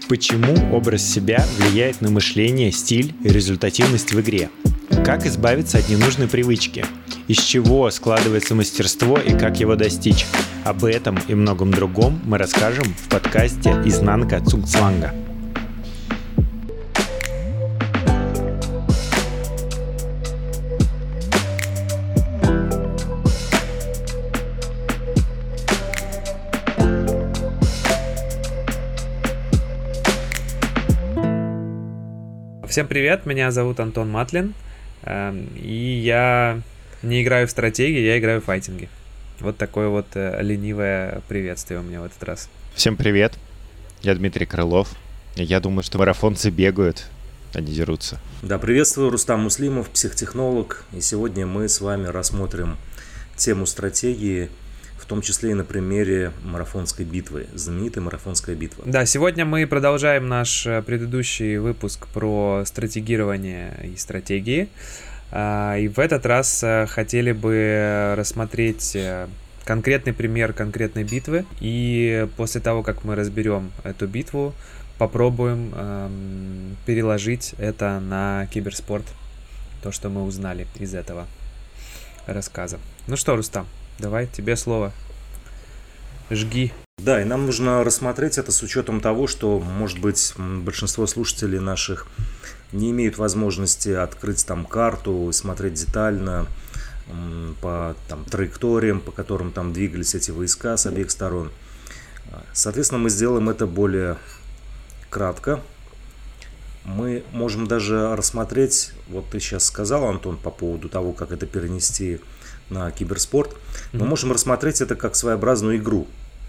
Почему образ себя влияет на мышление, стиль и результативность в игре? Как избавиться от ненужной привычки? Из чего складывается мастерство и как его достичь? Об этом и многом другом мы расскажем в подкасте «Изнанка Цугцванга». Всем привет, меня зовут Антон Матлин, и я не играю в стратегии, я играю в файтинги. Вот такое вот ленивое приветствие у меня в этот раз. Всем привет, я Дмитрий Крылов. Я думаю, что марафонцы бегают, а не дерутся. Да, приветствую, Рустам Муслимов, психотехнолог, и сегодня мы с вами рассмотрим тему стратегии, в том числе и на примере марафонской битвы, знаменитой марафонской битвы. Да, сегодня мы продолжаем наш предыдущий выпуск про стратегирование и стратегии. И в этот раз хотели бы рассмотреть конкретный пример конкретной битвы. И после того, как мы разберем эту битву, попробуем переложить это на киберспорт. То, что мы узнали из этого рассказа. Ну что, Рустам? Давай, тебе слово. Жги. Да, и нам нужно рассмотреть это с учетом того, что, может быть, большинство слушателей наших не имеют возможности открыть там карту, смотреть детально по там траекториям, по которым там двигались эти войска с обеих сторон. Соответственно, мы сделаем это более кратко. Мы можем даже рассмотреть, вот ты сейчас сказал, Антон, по поводу того, как это перенести на киберспорт, мы можем рассмотреть это как своеобразную игру.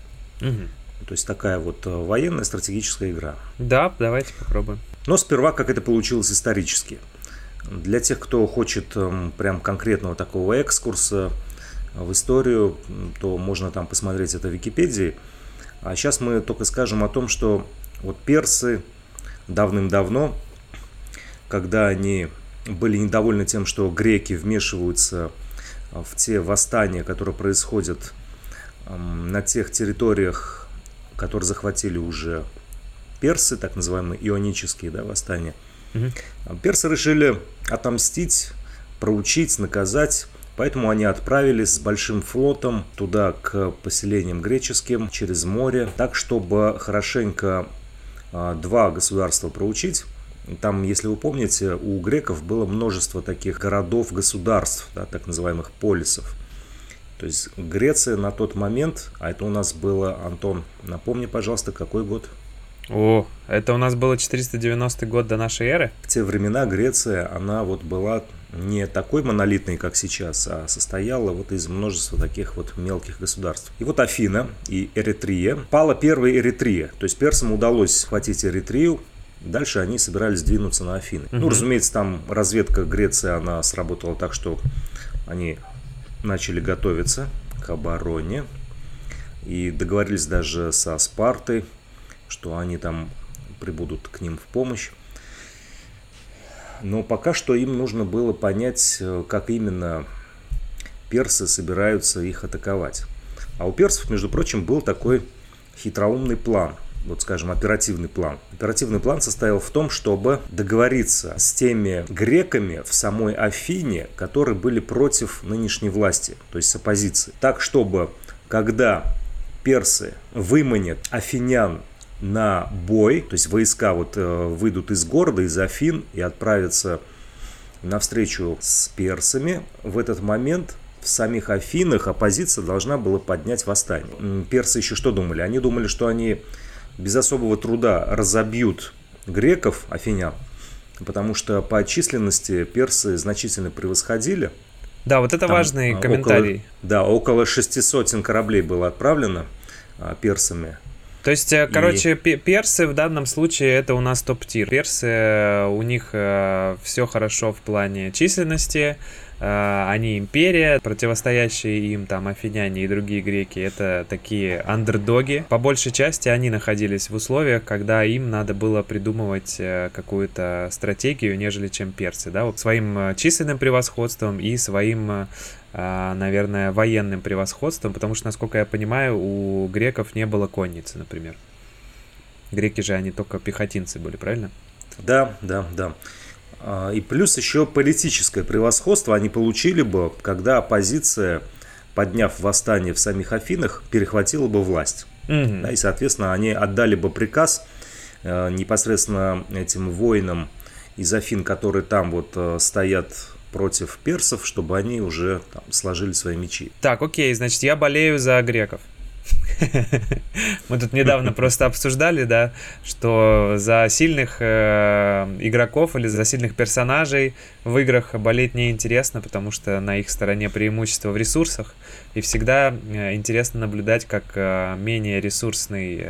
То есть такая вот военная стратегическая игра. Да, давайте попробуем. Но сперва, как это получилось исторически. Для тех, кто хочет прям конкретного такого экскурса в историю, то можно там посмотреть это в Википедии. А сейчас мы только скажем о том, что вот персы давным-давно, когда они были недовольны тем, что греки вмешиваются в те восстания, которые происходят на тех территориях, которые захватили уже персы, так называемые ионические, да, восстания. Персы решили отомстить, проучить, наказать, поэтому они отправились с большим флотом туда, к поселениям греческим, через море, так, чтобы хорошенько два государства проучить. Там, если вы помните, у греков было множество таких городов-государств, да, так называемых полисов. То есть Греция на тот момент, а это у нас было, Антон, напомни, пожалуйста, какой год? О, это у нас было 490 год до нашей эры? В те времена Греция, она вот была не такой монолитной, как сейчас, а состояла вот из множества таких вот мелких государств. И вот Афина и Эритрия. Пала первая Эритрия, то есть персам удалось схватить Эритрию. Дальше они собирались двинуться на Афины. Ну, разумеется, там разведка Греции, она сработала так, что они начали готовиться к обороне. И договорились даже со Спартой, что они там прибудут к ним в помощь. Но пока что им нужно было понять, как именно персы собираются их атаковать. А у персов, между прочим, был такой хитроумный план. Вот, скажем, оперативный план. Оперативный план состоял в том, чтобы договориться с теми греками в самой Афине, которые были против нынешней власти, то есть с оппозицией. Так, чтобы, когда персы выманят афинян на бой, то есть войска вот выйдут из города, из Афин и отправятся навстречу с персами, в этот момент в самих Афинах оппозиция должна была поднять восстание. Персы еще что думали? Они думали, что они без особого труда разобьют греков, афинян, потому что по численности персы значительно превосходили. Да, вот это там важный комментарий. Около 600 кораблей было отправлено персами. То есть, короче, персы в данном случае это у нас топ-тир. Персы, у них все хорошо в плане численности. Они империя, противостоящие им там афиняне и другие греки, это такие андердоги. По большей части они находились в условиях, когда им надо было придумывать какую-то стратегию, нежели чем персы, да, вот своим численным превосходством и своим, наверное, военным превосходством, потому что, насколько я понимаю, у греков не было конницы, например. Греки же они только пехотинцы были, правильно? Да. И плюс еще политическое превосходство они получили бы, когда оппозиция, подняв восстание в самих Афинах, перехватила бы власть. Да, и, соответственно, они отдали бы приказ непосредственно этим воинам из Афин, которые там вот стоят против персов, чтобы они уже там сложили свои мечи. Так, окей, значит, я болею за греков. Мы тут недавно просто обсуждали, да, что за сильных игроков или за сильных персонажей в играх болеть неинтересно, потому что на их стороне преимущество в ресурсах, и всегда интересно наблюдать, как менее ресурсный,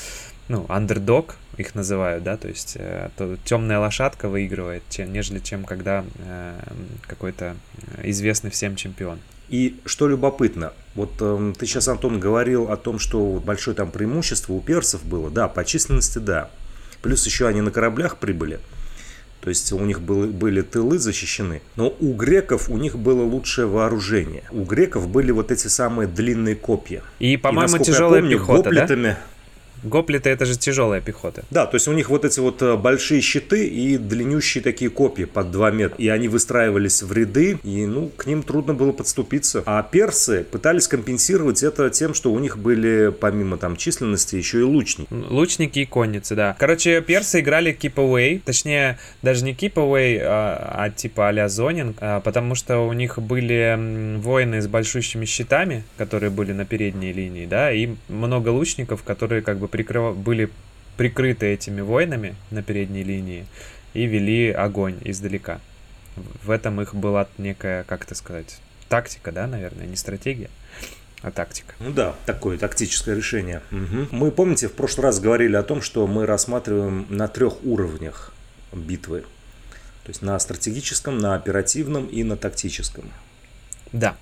андердог их называют, да, то есть темная лошадка выигрывает, нежели чем когда какой-то известный всем чемпион. И что любопытно, вот ты сейчас, Антон, говорил о том, что большое там преимущество у персов было. Да, по численности, да. Плюс еще они на кораблях прибыли. То есть у них были тылы защищены. Но у греков у них было лучшее вооружение. У греков были вот эти самые длинные копья. И, по-моему, тяжелая пехота, гоплитами, да? Гоплиты — это же тяжелая пехота. Да, то есть у них вот эти вот большие щиты и длиннющие такие копья под 2 метра. И они выстраивались в ряды, и к ним трудно было подступиться. А персы пытались компенсировать это тем, что у них были, помимо там численности, еще и лучники. Лучники и конницы, да. Короче, персы играли keep away, точнее, даже не keep away, а типа а-ля зонинг, потому что у них были воины с большущими щитами, которые были на передней линии, да, и много лучников, которые как бы были прикрыты этими воинами на передней линии и вели огонь издалека. В этом их была некая, как это сказать, тактика, да, наверное, не стратегия, а тактика. Ну да, такое тактическое решение. Угу. Мы, помните, в прошлый раз говорили о том, что мы рассматриваем на 3 уровнях битвы. То есть на стратегическом, на оперативном и на тактическом. Да.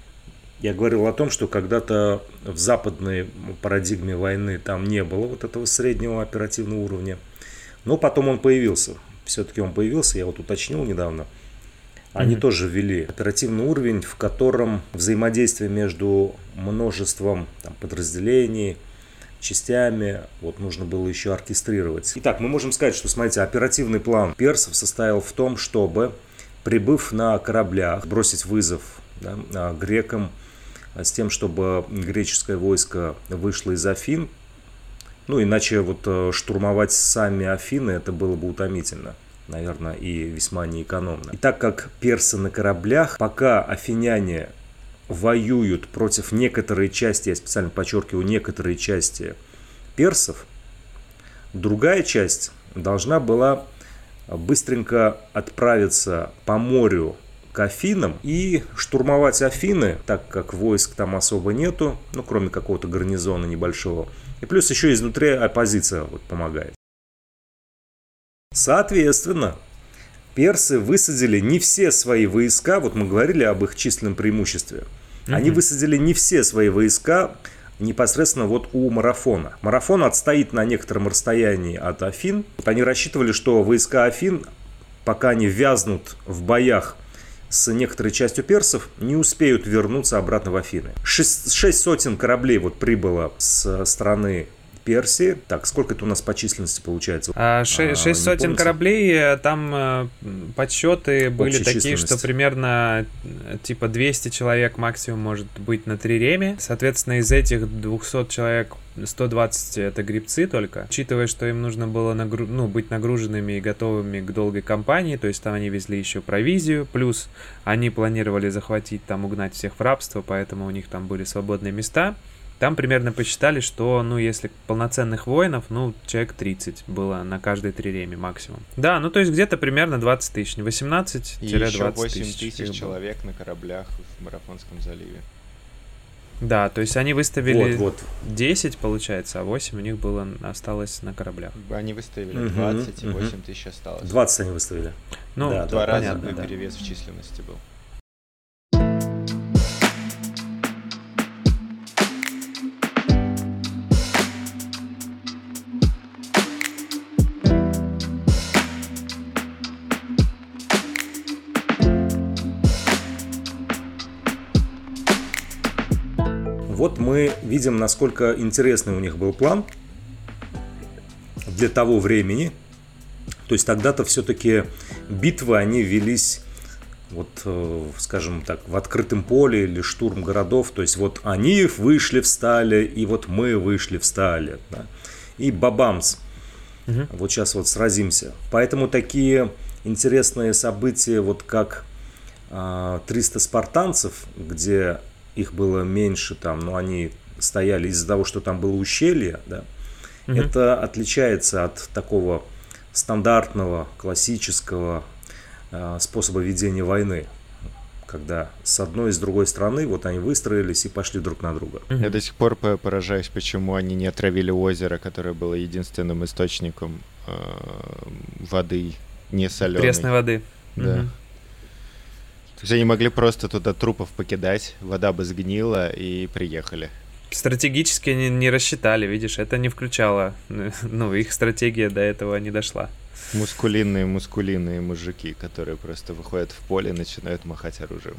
Я говорил о том, что когда-то в западной парадигме войны там не было вот этого среднего оперативного уровня. Но потом он появился. Все-таки он появился, я вот уточнил недавно. Они тоже ввели оперативный уровень, в котором взаимодействие между множеством подразделений, частями, вот нужно было еще оркестрировать. Итак, мы можем сказать, что, смотрите, оперативный план персов состоял в том, чтобы, прибыв на кораблях, бросить вызов грекам, с тем, чтобы греческое войско вышло из Афин. Иначе вот штурмовать сами Афины это было бы утомительно, наверное, и весьма неэкономно. И так как персы на кораблях, пока афиняне воюют против некоторой части, я специально подчеркиваю, некоторые части персов, другая часть должна была быстренько отправиться по морю к Афинам и штурмовать Афины, так как войск там особо нету, кроме какого-то гарнизона небольшого. И плюс еще изнутри оппозиция помогает. Соответственно, персы высадили не все свои войска, вот мы говорили об их численном преимуществе, они высадили не все свои войска непосредственно вот у Марафона. Марафон отстоит на некотором расстоянии от Афин. Они рассчитывали, что войска Афин, пока они вязнут в боях с некоторой частью персов, не успеют вернуться обратно в Афины. 6 сотен кораблей прибыло с стороны Персии. Так, сколько это у нас по численности получается? 6 сотен кораблей, там подсчеты были такие, что примерно 200 человек максимум может быть на триреме. Соответственно, из этих 200 человек 120 это гребцы только. Учитывая, что им нужно было быть нагруженными и готовыми к долгой кампании, то есть там они везли еще провизию, плюс они планировали захватить, угнать всех в рабство, поэтому у них там были свободные места. Там примерно посчитали, что, если полноценных воинов, человек 30 было на каждой триреме максимум. Да, то есть где-то примерно 20 тысяч, 18-20 тысяч. И еще 8 тысяч человек на кораблях в Марафонском заливе. Да, то есть они выставили 10, получается, а 8 у них осталось на кораблях. Они выставили 20, и 8 тысяч осталось. 20 они выставили. Да, 2 раза перевес в численности был. Вот мы видим, насколько интересный у них был план. для того времени. То есть тогда-то все-таки битвы, они велись, вот, скажем так, в открытом поле или штурм городов. То есть вот они вышли, встали, и вот мы вышли, встали. Да? И бабамс. Вот сейчас вот сразимся. Поэтому такие интересные события, вот как 300 спартанцев, где их было меньше там, но они стояли из-за того, что там было ущелье, да, это отличается от такого стандартного, классического способа ведения войны, когда с одной и с другой стороны вот они выстроились и пошли друг на друга. Я до сих пор поражаюсь, почему они не отравили озеро, которое было единственным источником воды не соленой. Пресной воды. Да. То есть они могли просто туда трупов покидать, вода бы сгнила и приехали. Стратегически не рассчитали, видишь, это не включало, ну, их стратегия до этого не дошла. Мускулинные мужики, которые просто выходят в поле и начинают махать оружием.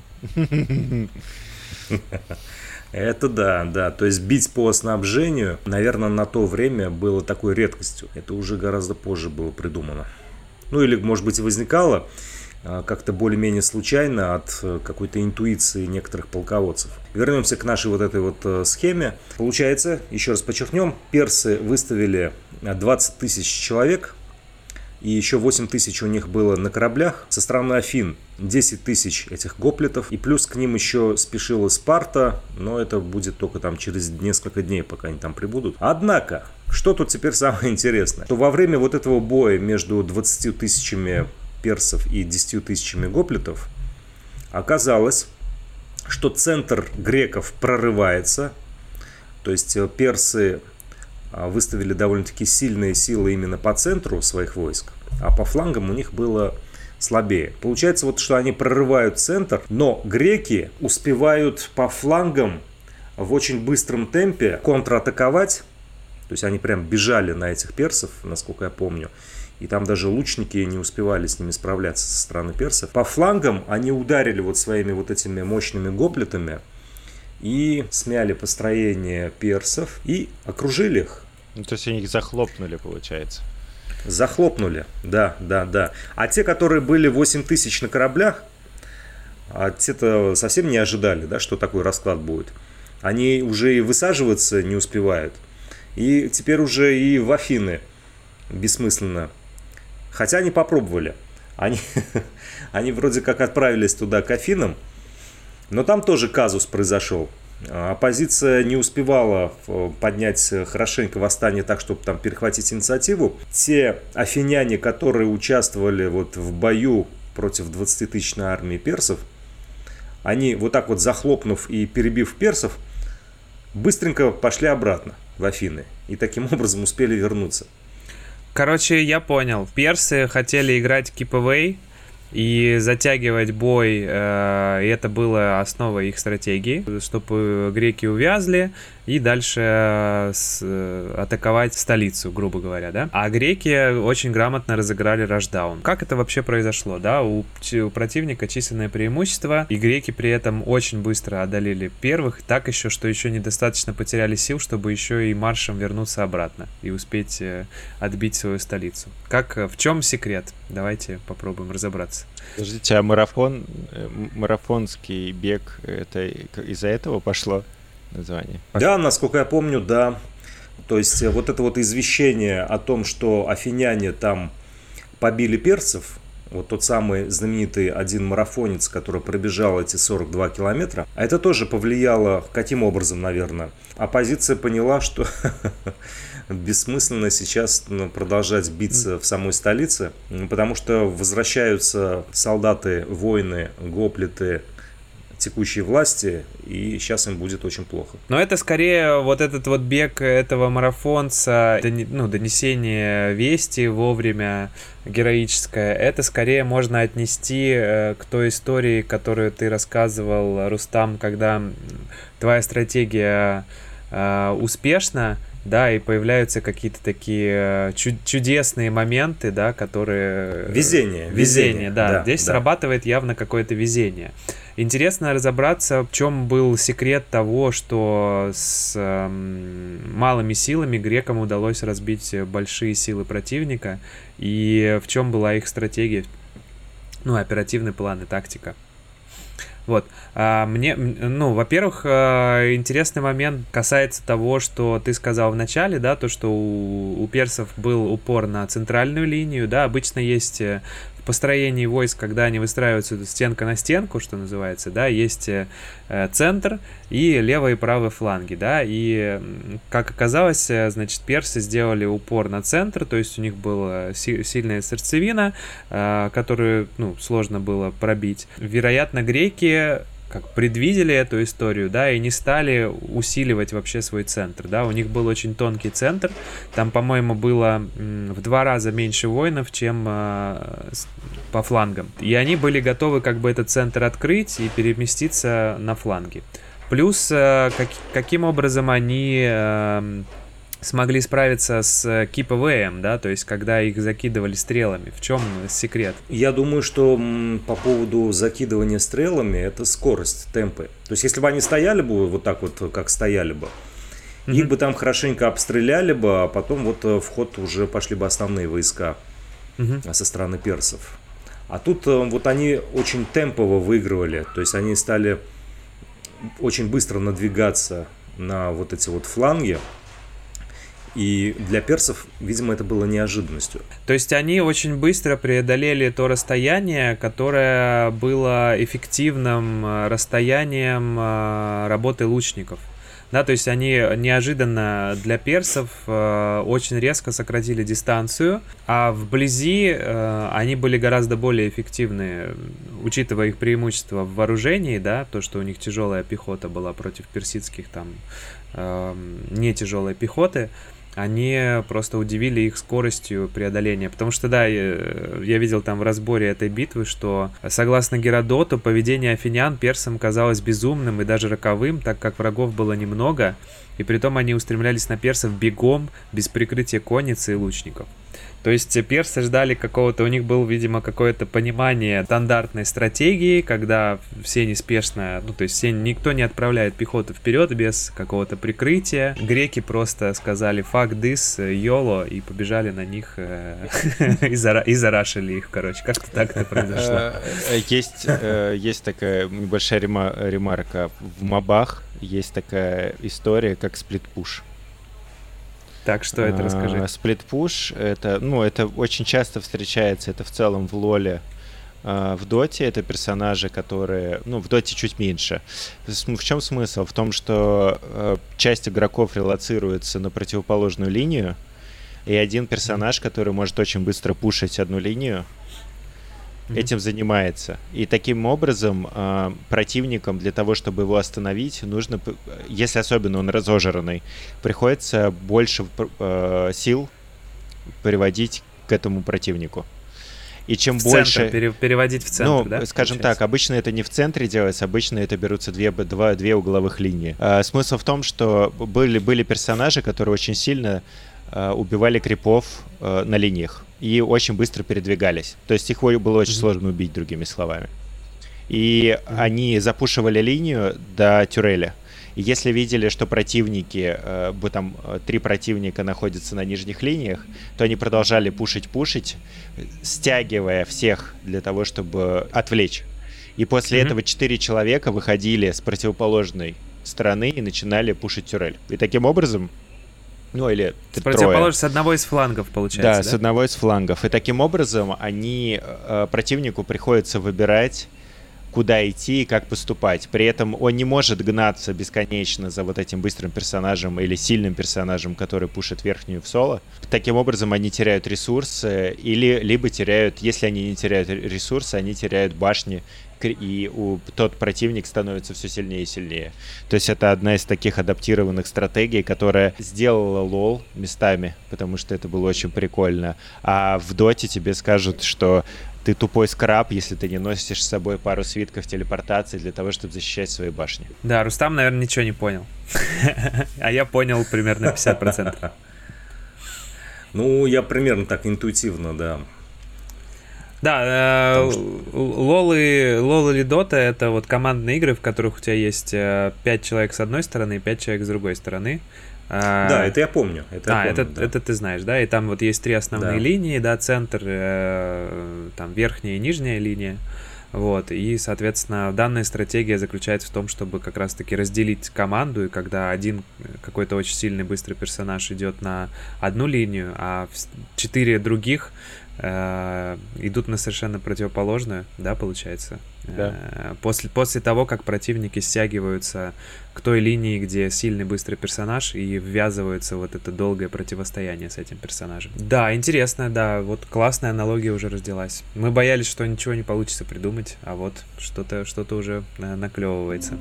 Это да. То есть бить по снабжению, наверное, на то время было такой редкостью. Это уже гораздо позже было придумано. Ну или, может быть, и возникало как-то более-менее случайно от какой-то интуиции некоторых полководцев. Вернемся к нашей вот этой вот схеме. Получается, еще раз подчеркнем, персы выставили 20 тысяч человек, и еще 8 тысяч у них было на кораблях. Со стороны Афин 10 тысяч этих гоплитов, и плюс к ним еще спешила Спарта, но это будет только там через несколько дней, пока они там прибудут. Однако, что тут теперь самое интересное, что во время вот этого боя между 20 тысячами персов и 10 тысячами гоплитов оказалось, что центр греков прорывается, то есть персы выставили довольно-таки сильные силы именно по центру своих войск, а по флангам у них было слабее. Получается вот, что они прорывают центр, но греки успевают по флангам в очень быстром темпе контратаковать, то есть они прям бежали на этих персов, насколько я помню, и там даже лучники не успевали с ними справляться со стороны персов. По флангам они ударили вот своими вот этими мощными гоплитами и смяли построение персов и окружили их. Ну, то есть они их захлопнули, получается. Захлопнули, да. А те, которые были 8 тысяч на кораблях, те-то совсем не ожидали, да, что такой расклад будет. Они уже и высаживаться не успевают. И теперь уже и в Афины бессмысленно. Хотя они попробовали. Они вроде как отправились туда к Афинам, но там тоже казус произошел. Оппозиция не успевала поднять хорошенько восстание так, чтобы там перехватить инициативу. Те афиняне, которые участвовали вот в бою против 20-тысячной армии персов, они вот так вот захлопнув и перебив персов, быстренько пошли обратно в Афины. И таким образом успели вернуться. Короче, я понял. Персы хотели играть keep-away и затягивать бой, и это было основой их стратегии, чтобы греки увязли и дальше атаковать столицу, грубо говоря, да? А греки очень грамотно разыграли рашдаун. Как это вообще произошло, да? У противника численное преимущество, и греки при этом очень быстро одолели первых, так еще, что еще недостаточно потеряли сил, чтобы еще и маршем вернуться обратно и успеть отбить свою столицу. В чем секрет? Давайте попробуем разобраться. Подождите, а марафонский бег, это из-за этого пошло название? Да, насколько я помню, да. То есть вот это вот извещение о том, что афиняне там побили персов, вот тот самый знаменитый один марафонец, который пробежал эти 42 километра, это тоже повлияло, каким образом, наверное. Оппозиция поняла, что бессмысленно сейчас продолжать биться в самой столице, потому что возвращаются солдаты, воины, гоплиты, текущей власти, и сейчас им будет очень плохо. Но это скорее вот этот вот бег этого марафонца, донесение вести вовремя героическое, это скорее можно отнести к той истории, которую ты рассказывал, Рустам, когда твоя стратегия успешна, да, и появляются какие-то такие чудесные моменты, да, которые... Везение, да. Здесь срабатывает явно какое-то везение. Интересно разобраться, в чем был секрет того, что с малыми силами грекам удалось разбить большие силы противника, и в чем была их стратегия, оперативный план и тактика. Вот. Во-первых, интересный момент касается того, что ты сказал в начале, да, то, что у персов был упор на центральную линию, да, обычно есть в построении войск, когда они выстраиваются стенка на стенку, что называется, да, есть центр и левые и правые фланги, да, и, как оказалось, значит, персы сделали упор на центр, то есть у них была сильная сердцевина, которую, сложно было пробить. Вероятно, греки предвидели эту историю, да, и не стали усиливать вообще свой центр, да, у них был очень тонкий центр, там, по-моему, было в 2 раза меньше воинов, чем по флангам, и они были готовы этот центр открыть и переместиться на фланги. Плюс, каким образом они смогли справиться с keep away, да, то есть когда их закидывали стрелами. В чем секрет? Я думаю, что по поводу закидывания стрелами это скорость, темпы. То есть если бы они стояли бы вот так вот, как стояли бы, их бы там хорошенько обстреляли бы, а потом вот в ход уже пошли бы основные войска со стороны персов. А тут вот они очень темпово выигрывали, то есть они стали очень быстро надвигаться на вот эти вот фланги. И для персов, видимо, это было неожиданностью. То есть они очень быстро преодолели то расстояние, которое было эффективным расстоянием работы лучников. Да, то есть они неожиданно для персов очень резко сократили дистанцию, а вблизи они были гораздо более эффективны, учитывая их преимущество в вооружении, да, то, что у них тяжелая пехота была против персидских там не тяжелой пехоты. Они просто удивили их скоростью преодоления. Потому что, да, я видел там в разборе этой битвы, что, согласно Геродоту, поведение афинян персам казалось безумным и даже роковым, так как врагов было немного, и притом они устремлялись на персов бегом, без прикрытия конницы и лучников. То есть персы ждали какого-то, у них было, видимо, какое-то понимание стандартной стратегии, когда все неспешно, то есть никто не отправляет пехоту вперед без какого-то прикрытия. Греки просто сказали fuck this, YOLO, и побежали на них и зарашили их, короче. Как-то так это произошло. Есть такая небольшая ремарка. В мобах есть такая история, как сплит-пуш. Так, что это, расскажи. Сплит-пуш, это очень часто встречается, это в целом в лоле. В доте это персонажи, которые, в доте чуть меньше. В чем смысл? В том, что часть игроков релоцируется на противоположную линию, и один персонаж, который может очень быстро пушить одну линию, этим занимается. И таким образом противникам для того, чтобы его остановить, нужно, если особенно он разожранный, приходится больше сил переводить к этому противнику. И чем больше... переводить в центр, да? Скажем так, обычно это не в центре делается, обычно это берутся две угловых линии. Смысл в том, что были персонажи, которые очень сильно убивали крипов на линиях и очень быстро передвигались. То есть их было очень сложно убить, другими словами. И они запушивали линию до тюреля. И если видели, что противники, там 3 противника находятся на нижних линиях, то они продолжали пушить, стягивая всех для того, чтобы отвлечь. И после этого 4 человека выходили с противоположной стороны и начинали пушить тюрель. И таким образом... или противоположно с одного из флангов, получается, да? Да, с одного из флангов. И таким образом противнику приходится выбирать, куда идти и как поступать. При этом он не может гнаться бесконечно за вот этим быстрым персонажем или сильным персонажем, который пушит верхнюю в соло. Таким образом они теряют ресурсы, либо теряют, если они не теряют ресурсы, они теряют башни, и тот противник становится все сильнее и сильнее. То есть это одна из таких адаптированных стратегий, которая сделала лол местами, потому что это было очень прикольно. А в доте тебе скажут, что ты тупой скраб, если ты не носишь с собой пару свитков телепортации для того, чтобы защищать свои башни. Да, Рустам, наверное, ничего не понял. А я понял примерно 50%. Я примерно так интуитивно, да. Да, LoL или Dota — это вот командные игры, в которых у тебя есть 5 человек с одной стороны и 5 человек с другой стороны. Да, это я помню. Это ты знаешь, да? И там вот есть 3 основные линии, да, центр, там верхняя и нижняя линия. Вот, и, соответственно, данная стратегия заключается в том, чтобы как раз-таки разделить команду, и когда один какой-то очень сильный, быстрый персонаж идет на одну линию, а 4 других идут на совершенно противоположную, да, получается? Да. После того, как противники стягиваются к той линии, где сильный, быстрый персонаж, и ввязываются в вот это долгое противостояние с этим персонажем. Да, интересно, да, вот классная аналогия уже родилась. Мы боялись, что ничего не получится придумать, а вот что-то уже наклевывается.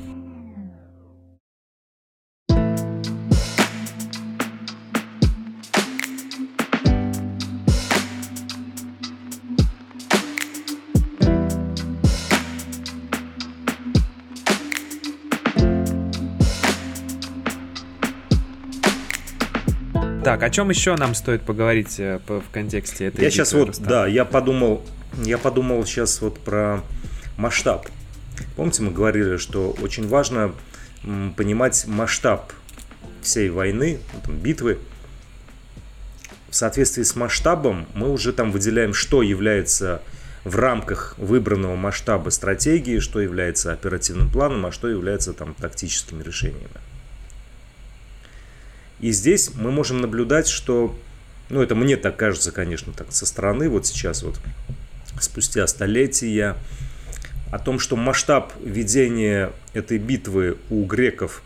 Так, о чем еще нам стоит поговорить в контексте этой Я сейчас вот, да, я подумал сейчас вот про масштаб. Помните, мы говорили, что очень важно понимать масштаб всей войны, битвы. В соответствии с масштабом мы уже там выделяем, что является в рамках выбранного масштаба стратегии, что является оперативным планом, а что является там тактическими решениями. И здесь мы можем наблюдать, что, ну это мне так кажется, конечно, так со стороны, вот сейчас вот спустя столетия, о том, что масштаб ведения этой битвы у греков,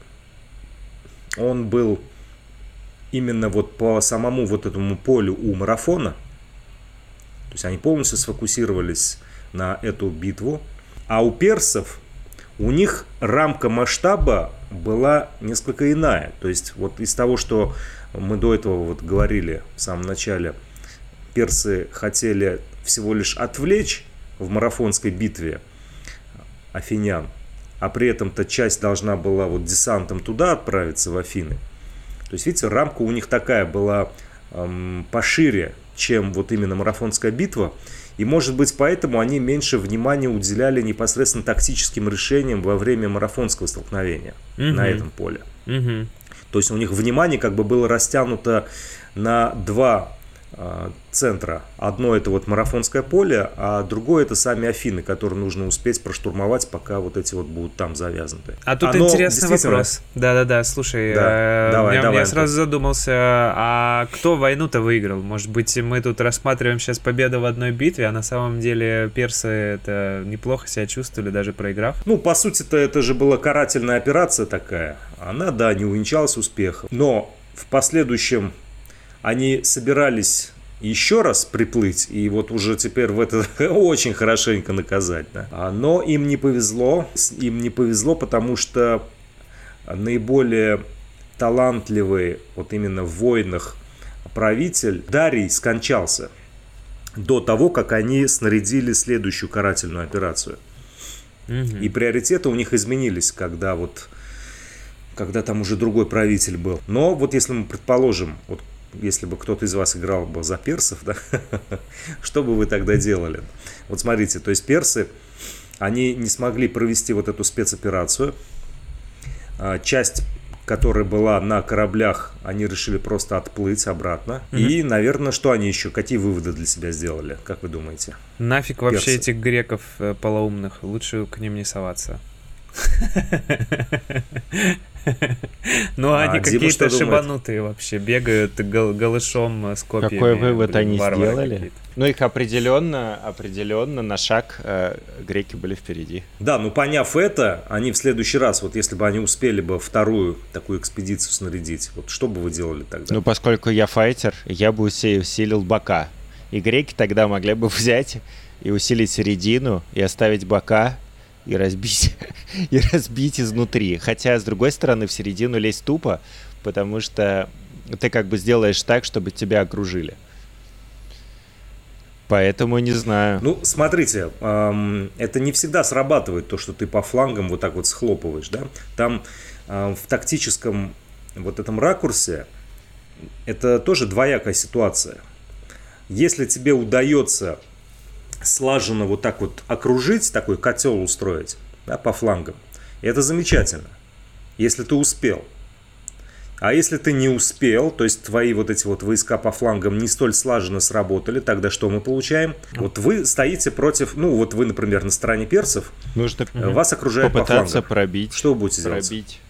он был именно вот по самому вот этому полю у марафона. То есть они полностью сфокусировались на эту битву. А у персов, у них рамка масштаба была несколько иная. То есть вот из того, что мы до этого вот говорили в самом начале, персы хотели всего лишь отвлечь в марафонской битве афинян, а при этом-то часть должна была вот десантом туда отправиться, в Афины. То есть, видите, рамка у них такая была пошире, чем вот именно марафонская битва. И, может быть, поэтому они меньше внимания уделяли непосредственно тактическим решениям во время марафонского столкновения на этом поле. То есть у них внимание как бы было растянуто на 2 центра. Одно это вот марафонское поле, а другое это сами Афины, которые нужно успеть проштурмовать, пока вот эти вот будут там завязнуты. А тут интересный вопрос. Да, слушай, я сразу задумался, а кто войну-то выиграл? Может быть, мы тут рассматриваем сейчас победу в одной битве, а на самом деле персы это неплохо себя чувствовали, даже проиграв? Ну, по сути-то это же была карательная операция такая. Она, да, не увенчалась успехом. Но в последующем они собирались еще раз приплыть и вот уже теперь в это очень хорошенько наказать. Да? Но им не повезло, потому что наиболее талантливый вот именно в войнах правитель Дарий скончался до того, как они снарядили следующую карательную операцию. И приоритеты у них изменились, когда там уже другой правитель был. Но вот если мы предположим, вот если бы кто-то из вас играл бы за персов, да, что бы вы тогда делали? Вот смотрите, то есть персы, они не смогли провести вот эту спецоперацию. Часть, которая была на кораблях, они решили просто отплыть обратно. И, наверное, что они еще, какие выводы для себя сделали, как вы думаете? Нафиг вообще этих греков полоумных, лучше к ним не соваться. Ну, они какие-то шибанутые вообще, бегают голышом с копьями. Какой вывод они сделали? Ну, их определенно на шаг греки были впереди. Да, ну, поняв это, они в следующий раз, вот если бы они успели бы вторую такую экспедицию снарядить, вот что бы вы делали тогда? Ну, поскольку я файтер, я бы усилил бока. И греки тогда могли бы взять и усилить середину, и оставить бока, и разбить изнутри. Хотя, с другой стороны, в середину лезть тупо, потому что ты как бы сделаешь так, чтобы тебя окружили. Поэтому не знаю. Ну, смотрите, это не всегда срабатывает, то, что ты по флангам вот так вот схлопываешь, да? Там в тактическом вот этом ракурсе это тоже двоякая ситуация. Если тебе удается слаженно вот так вот окружить, такой котел устроить, да, по флангам. И это замечательно, если ты успел. А если ты не успел, то есть твои вот эти вот войска по флангам не столь слаженно сработали, тогда что мы получаем? Вот вы стоите против, ну вот вы, например, на стороне персов, нужно вас окружают по флангам. Попытаться пробить. Что вы будете делать? Пробить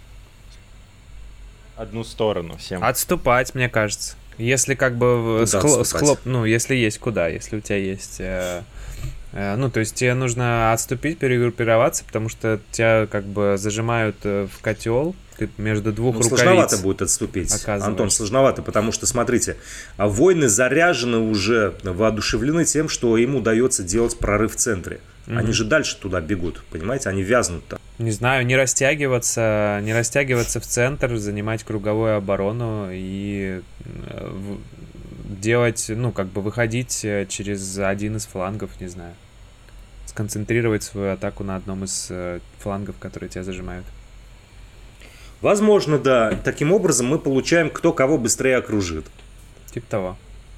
одну сторону всем. Отступать, мне кажется. Если как бы ну, если есть куда, если у тебя есть... ну, то есть тебе нужно отступить, перегруппироваться, потому что тебя как бы зажимают в котел, ты между двух рукавиц. Сложновато будет отступить, Антон, сложновато, потому что, смотрите, воины заряжены уже, воодушевлены тем, что им удается делать прорыв в центре. Они же дальше туда бегут, понимаете, они вязнут там. Не знаю, не растягиваться в центр, занимать круговую оборону и делать, ну, как бы выходить через один из флангов, не знаю. Сконцентрировать свою атаку на одном из флангов, которые тебя зажимают. Возможно, да. Таким образом мы получаем, кто кого быстрее окружит. Типа того.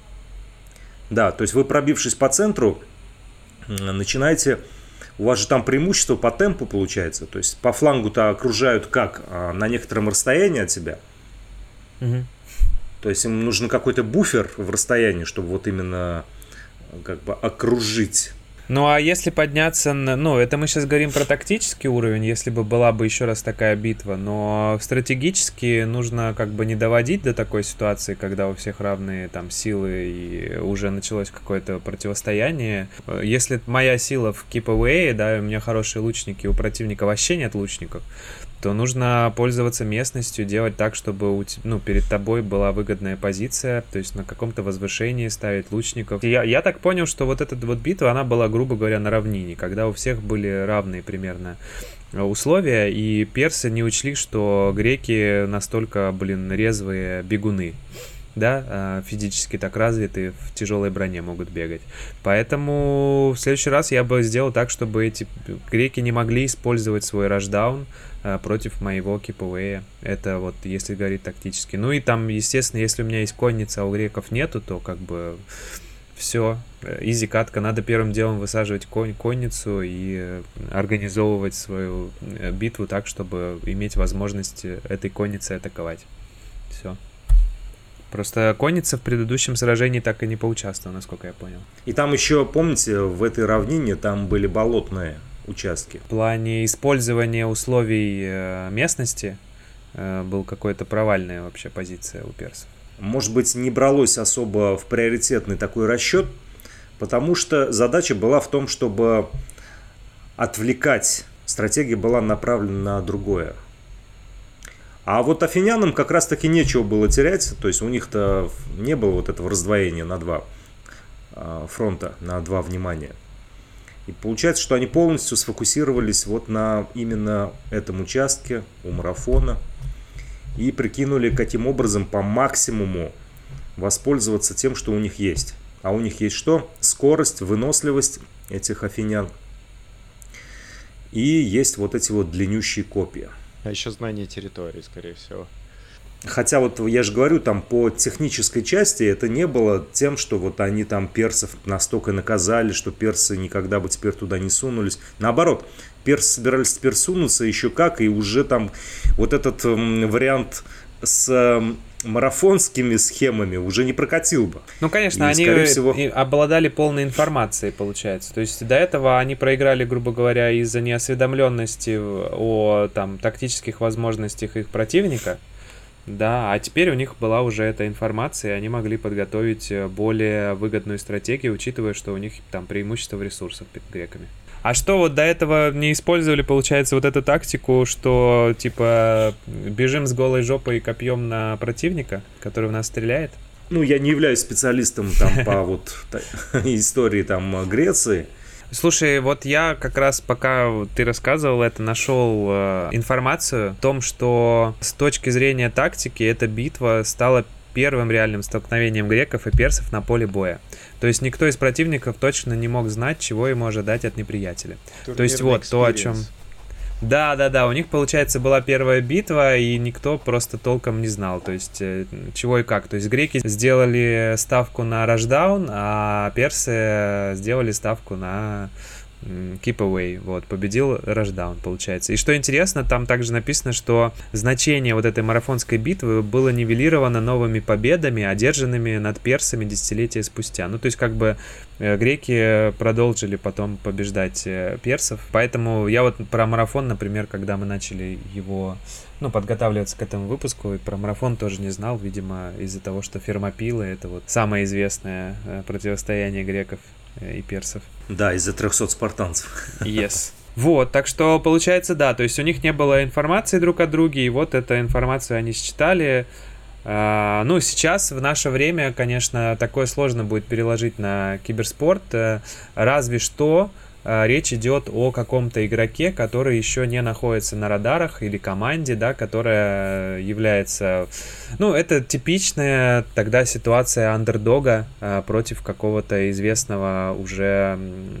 Да, то есть вы, пробившись по центру, начинаете... У вас же там преимущество по темпу получается. То есть по флангу-то окружают как? На некотором расстоянии от тебя. Угу. То есть им нужен какой-то буфер в расстоянии, чтобы вот именно как бы окружить. Ну, а если подняться на... Ну, это мы сейчас говорим про тактический уровень, если бы была бы еще раз такая битва, но стратегически нужно как бы не доводить до такой ситуации, когда у всех равные там силы и уже началось какое-то противостояние. Если моя сила в keep-away, да, у меня хорошие лучники, у противника вообще нет лучников, то нужно пользоваться местностью, делать так, чтобы перед тобой была выгодная позиция, то есть на каком-то возвышении ставить лучников. Я так понял, что вот эта вот битва, она была, грубо говоря, на равнине, когда у всех были равные примерно условия, и персы не учли, что греки настолько, резвые бегуны. Да, физически так развиты, в тяжелой броне могут бегать. Поэтому в следующий раз я бы сделал так, чтобы эти греки не могли использовать свой рашдаун против моего кипуэя. Это вот если говорить тактически. Ну и там, естественно, если у меня есть конница, а у греков нету, то как бы все, изи катка. Надо первым делом высаживать конницу и организовывать свою битву так, чтобы иметь возможность этой конницей атаковать. Все. Просто конница в предыдущем сражении так и не поучаствовала, насколько я понял. И там еще, помните, в этой равнине там были болотные участки. В плане использования условий местности был какой-то провальная вообще позиция у персов. Может быть, не бралось особо в приоритетный такой расчет, потому что задача была в том, чтобы отвлекать. Стратегия была направлена на другое. А вот афинянам как раз-таки нечего было терять, то есть у них-то не было вот этого раздвоения на два фронта, на два внимания. И получается, что они полностью сфокусировались вот на именно этом участке у марафона и прикинули, каким образом по максимуму воспользоваться тем, что у них есть. А у них есть что? Скорость, выносливость этих афинян. И есть вот эти вот длиннющие копья. А еще знание территории, скорее всего. Хотя вот я же говорю, там по технической части это не было тем, что вот они там персов настолько наказали, что персы никогда бы теперь туда не сунулись. Наоборот, персы собирались теперь сунуться еще как, и уже там вот этот вариант с марафонскими схемами уже не прокатил бы. Ну, конечно, они обладали полной информацией, получается. То есть до этого они проиграли, грубо говоря, из-за неосведомленности о там тактических возможностях их противника. Да, а теперь у них была уже эта информация, и они могли подготовить более выгодную стратегию, учитывая, что у них там преимущество в ресурсах перед греками. А что вот до этого не использовали, получается, вот эту тактику, что типа бежим с голой жопой и копьем на противника, который в нас стреляет? Ну, я не являюсь специалистом там по вот истории там Греции. Слушай, вот я как раз, пока ты рассказывал это, нашел информацию о том, что с точки зрения тактики эта битва стала первым реальным столкновением греков и персов на поле боя. То есть никто из противников точно не мог знать, чего ему ожидать от неприятеля. То есть вот то, о чем... Да, у них, получается, была первая битва, и никто просто толком не знал, то есть, чего и как. То есть, греки сделали ставку на рашдаун, а персы сделали ставку на keep away, вот, победил рашдаун, получается. И что интересно, там также написано, что значение вот этой марафонской битвы было нивелировано новыми победами, одержанными над персами десятилетия спустя. Ну, то есть, как бы, греки продолжили потом побеждать персов, поэтому я вот про марафон, например, когда мы начали его, подготавливаться к этому выпуску, и про марафон тоже не знал, видимо, из-за того, что Фермопилы — это вот самое известное противостояние греков и персов. Да, из-за 300 спартанцев. Yes. Вот, так что получается, да, то есть у них не было информации друг о друге, и вот эту информацию они считали. Сейчас, в наше время, конечно, такое сложно будет переложить на киберспорт, разве что речь идет о каком-то игроке, который еще не находится на радарах, или команде, да, которая является... это типичная тогда ситуация андердога против какого-то известного уже,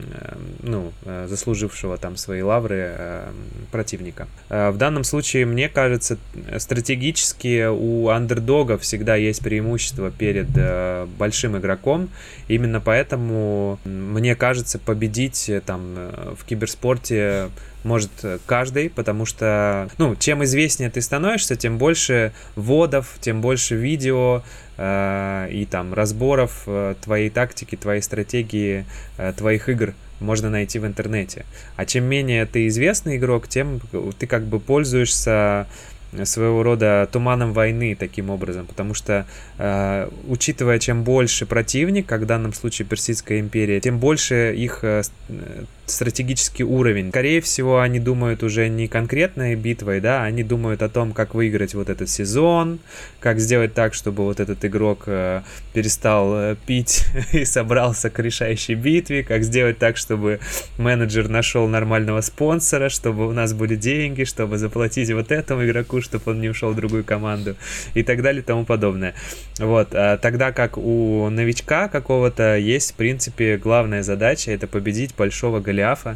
заслужившего там свои лавры противника. В данном случае, мне кажется, стратегически у андердога всегда есть преимущество перед большим игроком. Именно поэтому, мне кажется, победить в киберспорте может каждый, потому что, чем известнее ты становишься, тем больше вводов, тем больше видео и разборов твоей тактики, твоей стратегии, твоих игр можно найти в интернете. А чем менее ты известный игрок, тем ты как бы пользуешься своего рода туманом войны таким образом, потому что, учитывая, чем больше противник, как в данном случае Персидская империя, тем больше их стратегический уровень. Скорее всего, они думают уже не конкретной битвой, да, они думают о том, как выиграть вот этот сезон, как сделать так, чтобы вот этот игрок перестал пить и собрался к решающей битве, как сделать так, чтобы менеджер нашел нормального спонсора, чтобы у нас были деньги, чтобы заплатить вот этому игроку, чтобы он не ушел в другую команду и так далее и тому подобное. Вот. Тогда как у новичка какого-то есть, в принципе, главная задача — это победить большого Голиафа,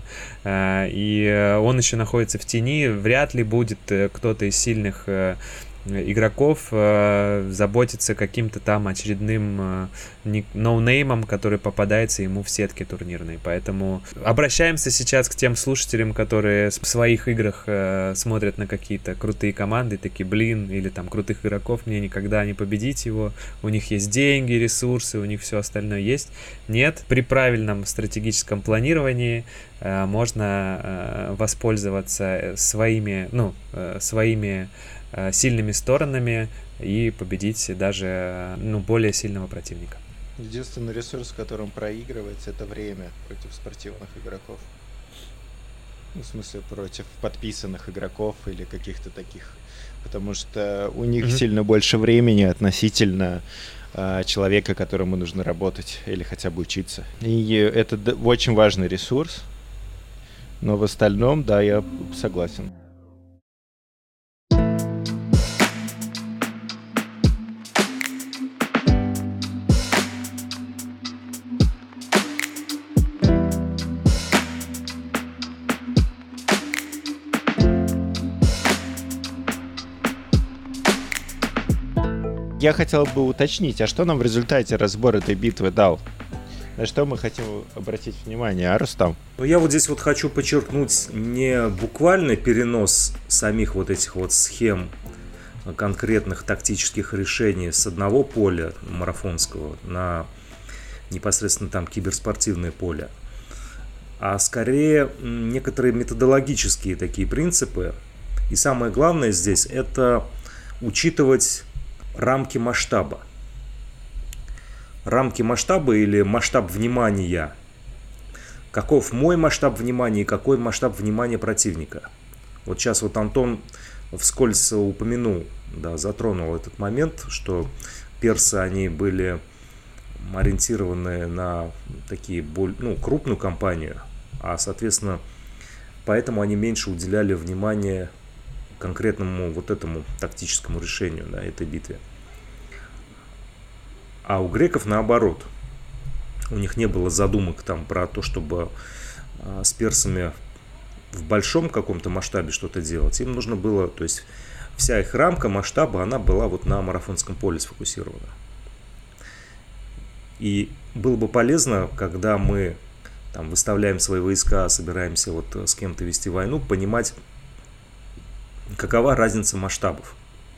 и он еще находится в тени, вряд ли будет кто-то из сильных игроков заботиться каким-то там очередным ноунеймом, который попадается ему в сетке турнирной. Поэтому обращаемся сейчас к тем слушателям, которые в своих играх смотрят на какие-то крутые команды, такие, или там крутых игроков, мне никогда не победить его, у них есть деньги, ресурсы, у них все остальное есть. Нет, при правильном стратегическом планировании можно воспользоваться своими сильными сторонами и победить даже более сильного противника. Единственный ресурс, которым проигрывается, это время против спортивных игроков. В смысле, против подписанных игроков или каких-то таких. Потому что у них сильно больше времени относительно человека, которому нужно работать или хотя бы учиться. И это очень важный ресурс. Но в остальном, да, я согласен. Я хотел бы уточнить, а что нам в результате разбора этой битвы дал? На что мы хотим обратить внимание, Рустам? Я вот здесь вот хочу подчеркнуть не буквальный перенос самих вот этих вот схем, конкретных тактических решений с одного поля марафонского на непосредственно там киберспортивное поле, а скорее некоторые методологические такие принципы. И самое главное здесь — это учитывать рамки масштаба. Рамки масштаба или масштаб внимания. Каков мой масштаб внимания и какой масштаб внимания противника. Вот сейчас вот Антон вскользь упомянул, да, затронул этот момент, что персы, они были ориентированы на такие крупную компанию, а, соответственно, поэтому они меньше уделяли внимания конкретному вот этому тактическому решению, да, этой битве. А у греков наоборот. У них не было задумок там про то, чтобы с персами в большом каком-то масштабе что-то делать, им нужно было, то есть вся их рамка масштаба, она была вот на марафонском поле сфокусирована. И было бы полезно, когда мы там выставляем свои войска, собираемся вот с кем-то вести войну, понимать, какова разница масштабов,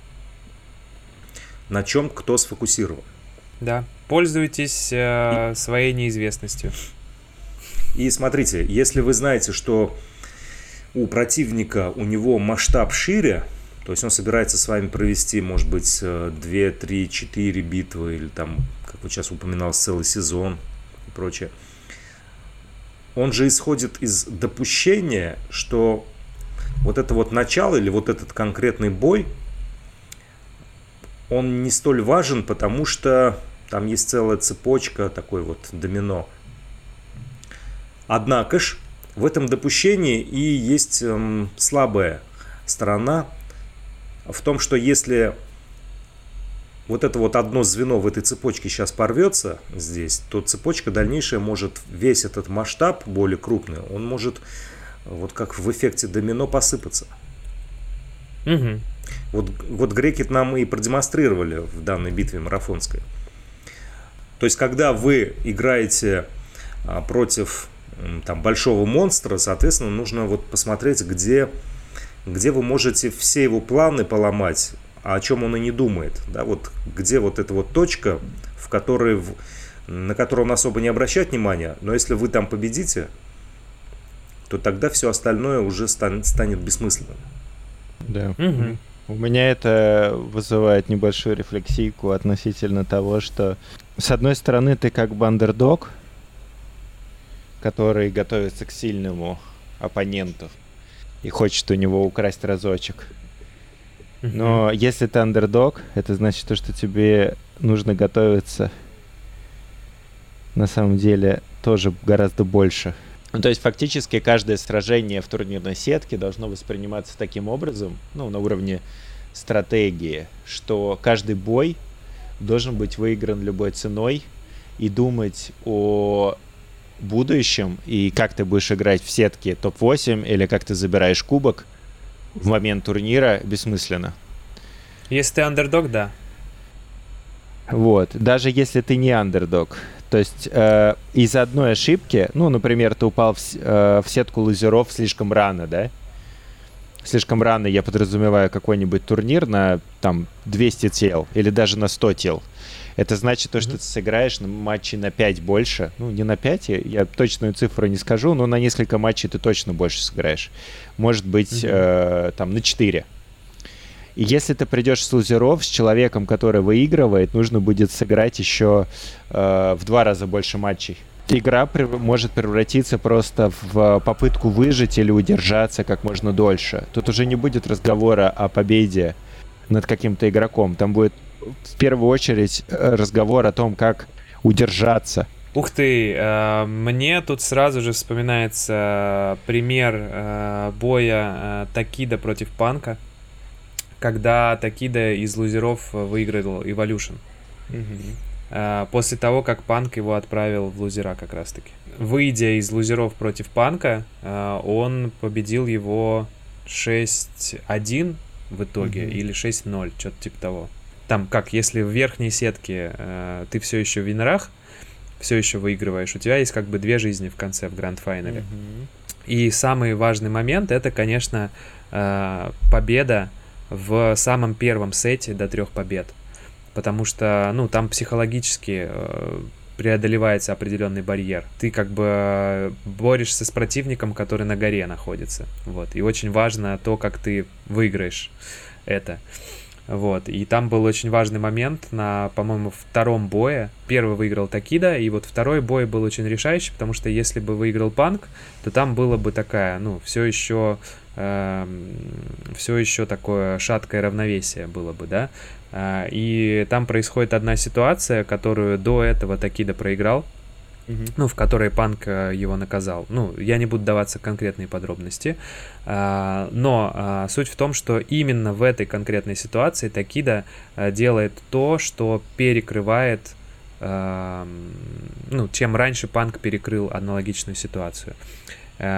на чем кто сфокусирован. Да, пользуйтесь своей неизвестностью. И смотрите, если вы знаете, что у противника, у него масштаб шире, то есть он собирается с вами провести, может быть, 2, 3, 4 битвы, или там, как вот сейчас упоминал, целый сезон и прочее. Он же исходит из допущения, что вот это вот начало или вот этот конкретный бой, он не столь важен, потому что там есть целая цепочка, такой вот домино. Однако ж в этом допущении и есть слабая сторона в том, что если вот это вот одно звено в этой цепочке сейчас порвется здесь, то цепочка дальнейшая может, весь этот масштаб более крупный, он может вот как в эффекте домино посыпаться. Угу. Вот греки нам и продемонстрировали в данной битве марафонской. То есть, когда вы играете против там большого монстра, соответственно, нужно вот посмотреть, где вы можете все его планы поломать, а о чем он и не думает. Да, вот где вот эта вот точка, на которую он особо не обращает внимания, но если вы там победите, то тогда все остальное уже станет бессмысленным. Да. Угу. У меня это вызывает небольшую рефлексийку относительно того, что с одной стороны ты как бы андердог, который готовится к сильному оппоненту и хочет у него украсть разочек. Но если ты андердог, это значит то, что тебе нужно готовиться на самом деле тоже гораздо больше. Ну, то есть фактически каждое сражение в турнирной сетке должно восприниматься таким образом, ну, на уровне стратегии, что каждый бой должен быть выигран любой ценой, и думать о будущем и как ты будешь играть в сетке топ-8 или как ты забираешь кубок в момент турнира бессмысленно. Если ты андердог, да. Вот, даже если ты не андердог. То есть из-за одной ошибки, ну, например, ты упал в сетку лузеров слишком рано, да? Слишком рано я подразумеваю какой-нибудь турнир на там 200 тел или даже на 100 тел. Это значит то, что ты сыграешь на матчи на 5 больше. Ну, не на 5, я точную цифру не скажу, но на несколько матчей ты точно больше сыграешь. Может быть, там на 4. И если ты придешь с лузеров, с человеком, который выигрывает, нужно будет сыграть еще в 2 раза больше матчей. Игра может превратиться просто в попытку выжить или удержаться как можно дольше. Тут уже не будет разговора о победе над каким-то игроком. Там будет в первую очередь разговор о том, как удержаться. Ух ты, мне тут сразу же вспоминается пример боя Такида против Панка, когда Такида из лузеров выиграл Evolution. После того, как Панк его отправил в лузера как раз-таки. Выйдя из лузеров против Панка, он победил его 6-1 в итоге, или 6-0, что-то типа того. Там как, если в верхней сетке ты все еще в винрах, все еще выигрываешь, у тебя есть как бы 2 жизни в конце, в гранд-файнале. И самый важный момент — это, конечно, победа в самом первом сете до 3 побед. Потому что, ну, там психологически преодолевается определенный барьер. Ты как бы борешься с противником, который на горе находится. Вот. И очень важно то, как ты выиграешь это. Вот. И там был очень важный момент на, по-моему, втором бое. Первый выиграл Такида, и вот второй бой был очень решающий, потому что если бы выиграл Панк, то там было бы такая, ну, все еще такое шаткое равновесие было бы, да. И там происходит одна ситуация, которую до этого Такида проиграл, ну, в которой Панк его наказал. Ну, я не буду даваться в конкретные подробности, но суть в том, что именно в этой конкретной ситуации Такида делает то, что перекрывает, ну, чем раньше Панк перекрыл аналогичную ситуацию.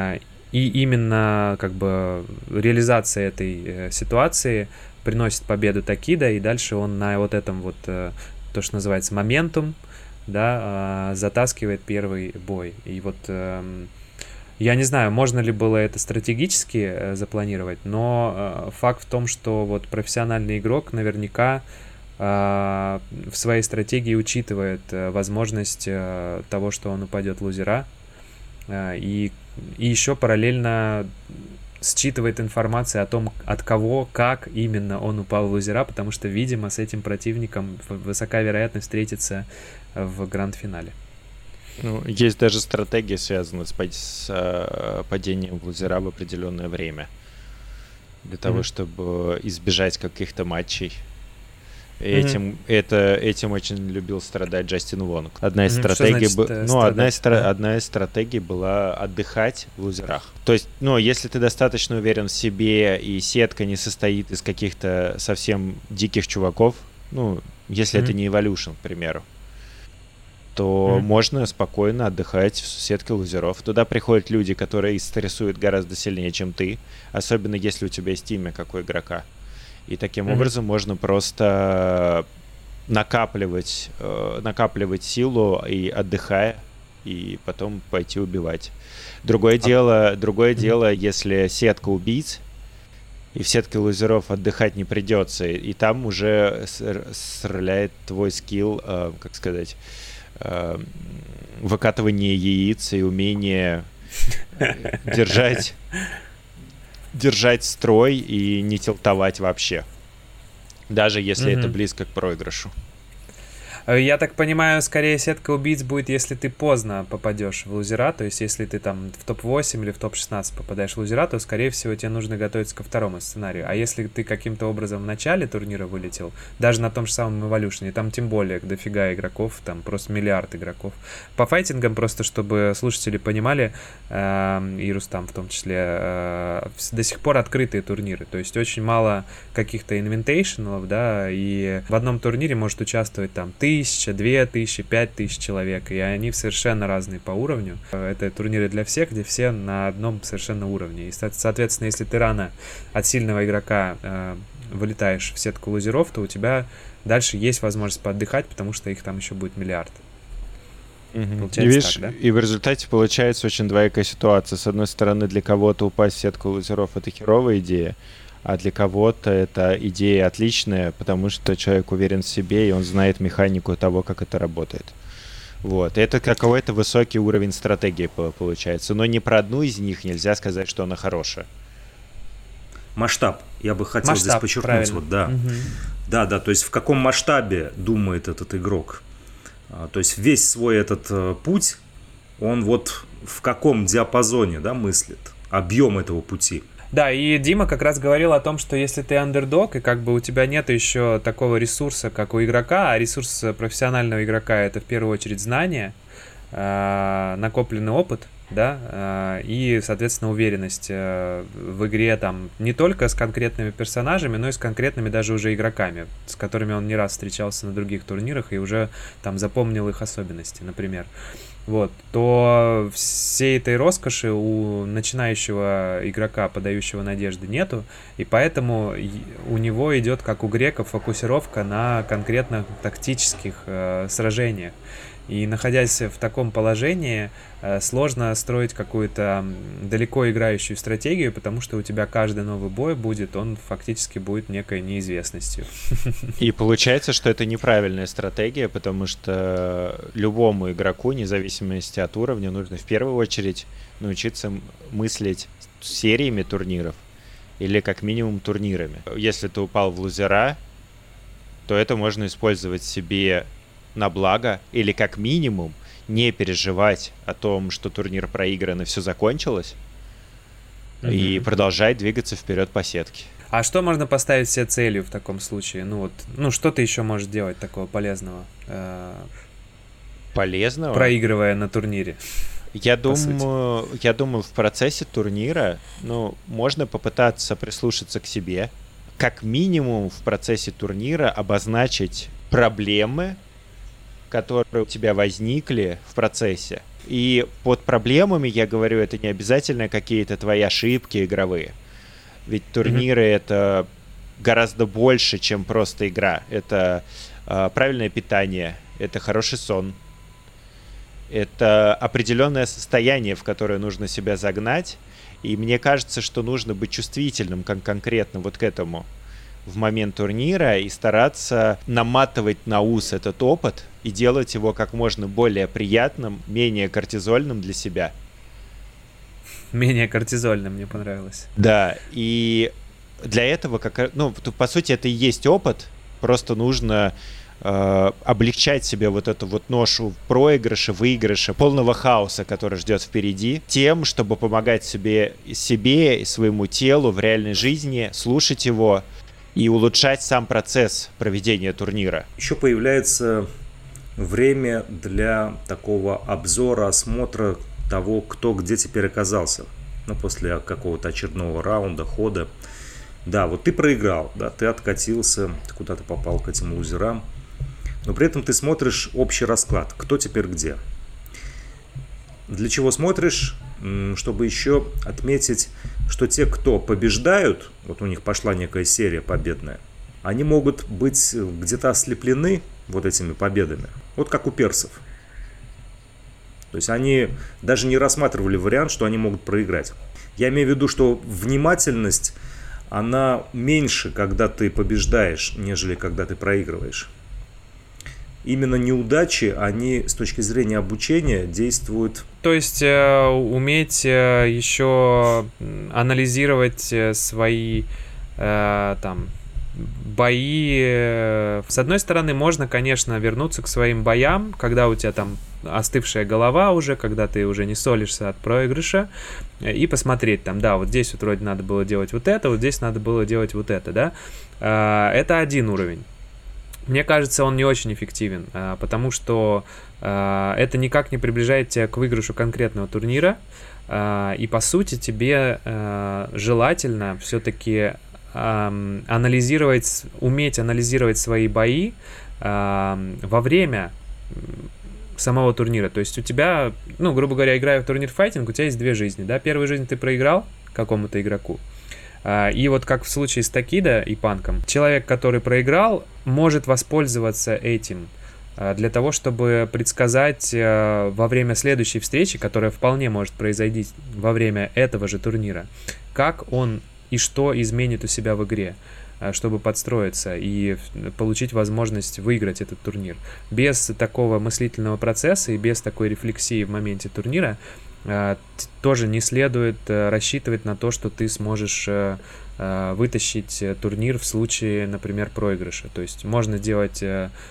И именно как бы реализация этой ситуации приносит победу Такида, и дальше он на вот этом вот, то, что называется моментум, да, затаскивает первый бой. И вот я не знаю, можно ли было это стратегически запланировать, но факт в том, что вот профессиональный игрок наверняка в своей стратегии учитывает возможность того, что он упадет в лузера, и еще параллельно считывает информацию о том, от кого, как именно он упал в лузера, потому что, видимо, с этим противником высока вероятность встретиться в гранд-финале. Ну, есть даже стратегия, связанная с падением в лузера в определенное время. Для того, чтобы избежать каких-то матчей. Этим очень любил страдать Джастин Вонг. Одна из стратегий была отдыхать в лузерах. То есть, если ты достаточно уверен в себе и сетка не состоит из каких-то совсем диких чуваков, если это не Evolution, к примеру, то можно спокойно отдыхать в сетке лузеров. Туда приходят люди, которые стрессуют гораздо сильнее, чем ты, особенно если у тебя есть имя, как у игрока. И таким образом можно просто накапливать силу и отдыхая, и потом пойти убивать. Другое дело, если сетка убийц, и в сетке лузеров отдыхать не придется, и там уже стреляет твой скилл, выкатывание яиц и умение держать строй и не тилтовать вообще. Даже если это близко к проигрышу. Я так понимаю, скорее сетка убийц будет, если ты поздно попадешь в лузера, то есть если ты там в топ-8 или в топ-16 попадаешь в лузера, то, скорее всего, тебе нужно готовиться ко второму сценарию. А если ты каким-то образом в начале турнира вылетел, даже на том же самом Evolution, там тем более дофига игроков, там просто миллиард игроков. По файтингам, просто чтобы слушатели понимали, и Рустам в том числе, до сих пор открытые турниры, то есть очень мало каких-то инвентейшенов, да, и в одном турнире может участвовать там 1000, 2000, 5000 человек, и они совершенно разные по уровню. Это турниры для всех, где все на одном совершенно уровне. И, соответственно, если ты рано от сильного игрока вылетаешь в сетку лузеров, то у тебя дальше есть возможность поотдыхать, потому что их там еще будет миллиард. Получается так, да? И в результате получается очень двоякая ситуация. С одной стороны, для кого-то упасть в сетку лузеров — это херовая идея, а для кого-то это идея отличная, потому что человек уверен в себе, и он знает механику того, как это работает. Вот. Это какой-то высокий уровень стратегии получается. Но ни про одну из них нельзя сказать, что она хорошая. Масштаб. Я бы хотел здесь подчеркнуть. Вот, да. Да, то есть в каком масштабе думает этот игрок. То есть весь свой этот путь, он вот в каком диапазоне, да, мыслит. Объем этого пути. Да, и Дима как раз говорил о том, что если ты андердог, и как бы у тебя нет еще такого ресурса, как у игрока, а ресурс профессионального игрока — это в первую очередь знания, накопленный опыт, да, и, соответственно, уверенность в игре там не только с конкретными персонажами, но и с конкретными даже уже игроками, с которыми он не раз встречался на других турнирах и уже там запомнил их особенности, например. Вот, то всей этой роскоши у начинающего игрока, подающего надежды, нету, и поэтому у него идет, как у греков, фокусировка на конкретных тактических сражениях. И находясь в таком положении, сложно строить какую-то далеко играющую стратегию, потому что у тебя каждый новый бой он фактически будет некой неизвестностью. И получается, что это неправильная стратегия, потому что любому игроку, вне зависимости от уровня, нужно в первую очередь научиться мыслить сериями турниров или как минимум турнирами. Если ты упал в лузера, то это можно использовать себе на благо, или как минимум не переживать о том, что турнир проигран и все закончилось, и продолжать двигаться вперед по сетке. А что можно поставить себе целью в таком случае? Что ты еще можешь делать такого полезного? Полезного? Проигрывая на турнире. Я думаю, в процессе турнира, можно попытаться прислушаться к себе. Как минимум в процессе турнира обозначить проблемы, которые у тебя возникли в процессе. И под проблемами, я говорю, это не обязательно какие-то твои ошибки игровые. Ведь турниры это гораздо больше, чем просто игра. Это правильное питание, это хороший сон, это определенное состояние, в которое нужно себя загнать. И мне кажется, что нужно быть чувствительным конкретно вот к этому в момент турнира и стараться наматывать на ус этот опыт и делать его как можно более приятным, менее кортизольным для себя. Менее кортизольным, мне понравилось. Да, и для этого, по сути, это и есть опыт, просто нужно облегчать себе вот эту вот ношу проигрыша, выигрыша, полного хаоса, который ждет впереди, тем, чтобы помогать себе и своему телу в реальной жизни, слушать его и улучшать сам процесс проведения турнира. Еще появляется время для такого обзора, осмотра того, кто где теперь оказался. После какого-то очередного раунда, хода. Да, вот ты проиграл, да, ты откатился, ты куда-то попал к этим лузерам. Но при этом ты смотришь общий расклад, кто теперь где. Для чего смотришь? Чтобы еще отметить, что те, кто побеждают, вот у них пошла некая серия победная, они могут быть где-то ослеплены вот этими победами. Вот как у персов. То есть они даже не рассматривали вариант, что они могут проиграть. Я имею в виду, что внимательность, она меньше, когда ты побеждаешь, нежели когда ты проигрываешь. Именно неудачи, они с точки зрения обучения действуют. То есть уметь еще анализировать свои бои. С одной стороны, можно, конечно, вернуться к своим боям, когда у тебя там остывшая голова уже, когда ты уже не солишься от проигрыша, и посмотреть там, да, вот здесь вот вроде надо было делать вот это, вот здесь надо было делать вот это, да. Это один уровень. Мне кажется, он не очень эффективен, потому что это никак не приближает тебя к выигрышу конкретного турнира, и по сути тебе желательно все-таки уметь анализировать свои бои во время самого турнира. То есть у тебя, грубо говоря, играя в турнир файтинг, у тебя есть две жизни, да? Первую жизнь ты проиграл какому-то игроку, и вот как в случае с Такидо и Панком, человек, который проиграл, может воспользоваться этим для того, чтобы предсказать во время следующей встречи, которая вполне может произойти во время этого же турнира, как он и что изменит у себя в игре, чтобы подстроиться и получить возможность выиграть этот турнир. Без такого мыслительного процесса и без такой рефлексии в моменте турнира тоже не следует рассчитывать на то, что ты сможешь вытащить турнир в случае, например, проигрыша. То есть можно делать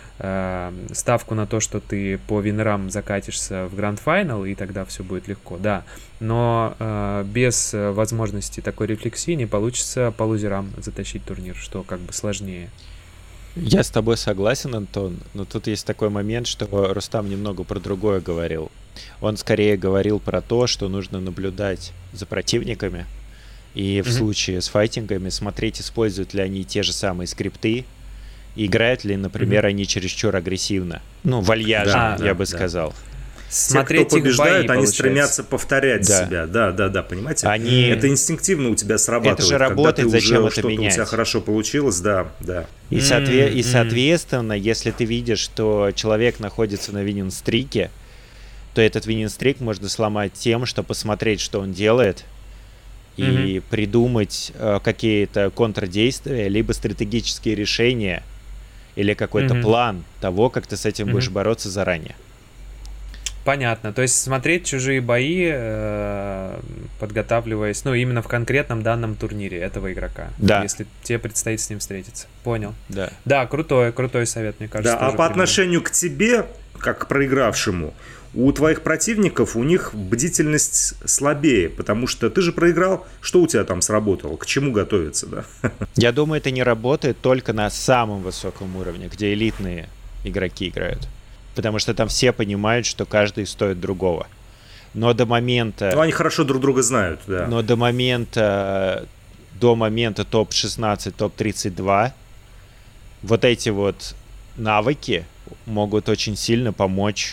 ставку на то, что ты по винерам закатишься в гранд-файнал, и тогда все будет легко, да. Но без возможности такой рефлексии не получится по лузерам затащить турнир, что как бы сложнее. Я с тобой согласен, Антон, но тут есть такой момент, что Рустам немного про другое говорил. Он скорее говорил про то, что нужно наблюдать за противниками и в случае с файтингами смотреть, используют ли они те же самые скрипты, и играют ли, например, они чересчур агрессивно. Вальяжно, я бы сказал. Смотреть, те, кто побеждают, бои, они стремятся повторять себя. Да, понимаете? Это инстинктивно у тебя срабатывает. Это же работает, зачем это менять? У тебя хорошо получилось, да. И, соответственно, если ты видишь, что человек находится на виннинг-стрике, то этот виннинг-стрик можно сломать тем, что посмотреть, что он делает, и придумать какие-то контрдействия, либо стратегические решения, или какой-то план того, как ты с этим будешь бороться заранее. Понятно. То есть смотреть чужие бои, подготавливаясь, именно в конкретном данном турнире этого игрока. Да. Если тебе предстоит с ним встретиться. Понял. Да. Да, крутой совет, мне кажется. Да, а по отношению к тебе, как к проигравшему, у твоих противников, у них бдительность слабее, потому что ты же проиграл, что у тебя там сработало, к чему готовиться, да? Я думаю, это не работает только на самом высоком уровне, где элитные игроки играют. Потому что там все понимают, что каждый стоит другого. Но до момента... они хорошо друг друга знают, да. Но до момента топ-16, топ-32 вот эти вот навыки могут очень сильно помочь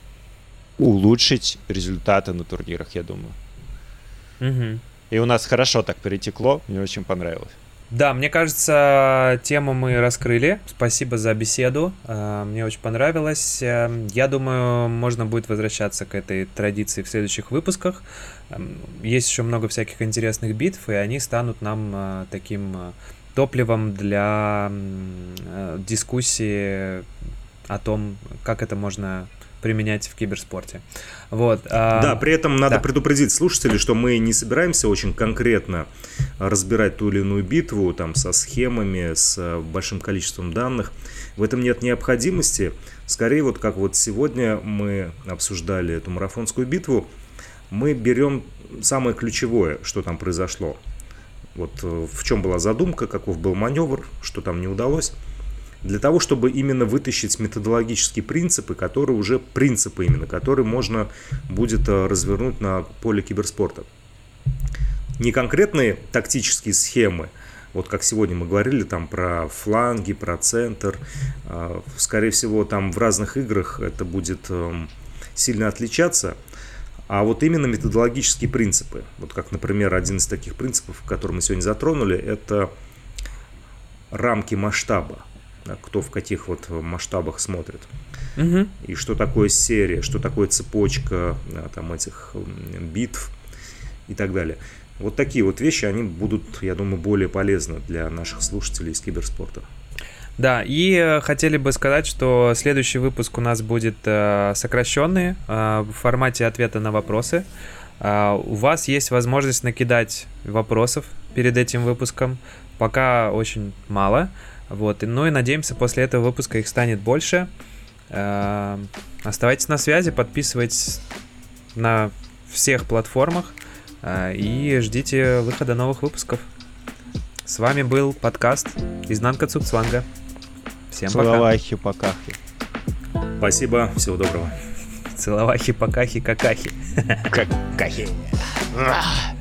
улучшить результаты на турнирах, я думаю. Угу. И у нас хорошо так перетекло, мне очень понравилось. Да, мне кажется, тему мы раскрыли. Спасибо за беседу. Мне очень понравилось. Я думаю, можно будет возвращаться к этой традиции в следующих выпусках. Есть еще много всяких интересных битв, и они станут нам таким топливом для дискуссии о том, как это можно применять в киберспорте. Вот. Да, при этом надо предупредить слушателей, что мы не собираемся очень конкретно разбирать ту или иную битву там, со схемами, с большим количеством данных. В этом нет необходимости. Скорее, вот как вот сегодня мы обсуждали эту марафонскую битву, мы берем самое ключевое, что там произошло. Вот в чем была задумка, каков был маневр, что там не удалось. Для того, чтобы именно вытащить методологические принципы, которые можно будет развернуть на поле киберспорта. Не конкретные тактические схемы, вот как сегодня мы говорили там про фланги, про центр. Скорее всего, там в разных играх это будет сильно отличаться. А вот именно методологические принципы. Вот как, например, один из таких принципов, который мы сегодня затронули, это рамки масштаба. Кто в каких вот масштабах смотрит. Угу. И что такое серия, что такое цепочка там, этих битв и так далее. Вот такие вот вещи, они будут, я думаю, более полезны для наших слушателей из киберспорта. Да, и хотели бы сказать, что следующий выпуск у нас будет сокращенный в формате ответа на вопросы. У вас есть возможность накидать вопросов перед этим выпуском. Пока очень мало. Вот. Ну и надеемся, после этого выпуска их станет больше. Оставайтесь на связи, подписывайтесь на всех платформах и ждите выхода новых выпусков. С вами был подкаст «Изнанка Цугцванга». Всем пока. Целовахи, покахи. Спасибо, всего доброго. Целовахи, покахи, какахи. Какахи.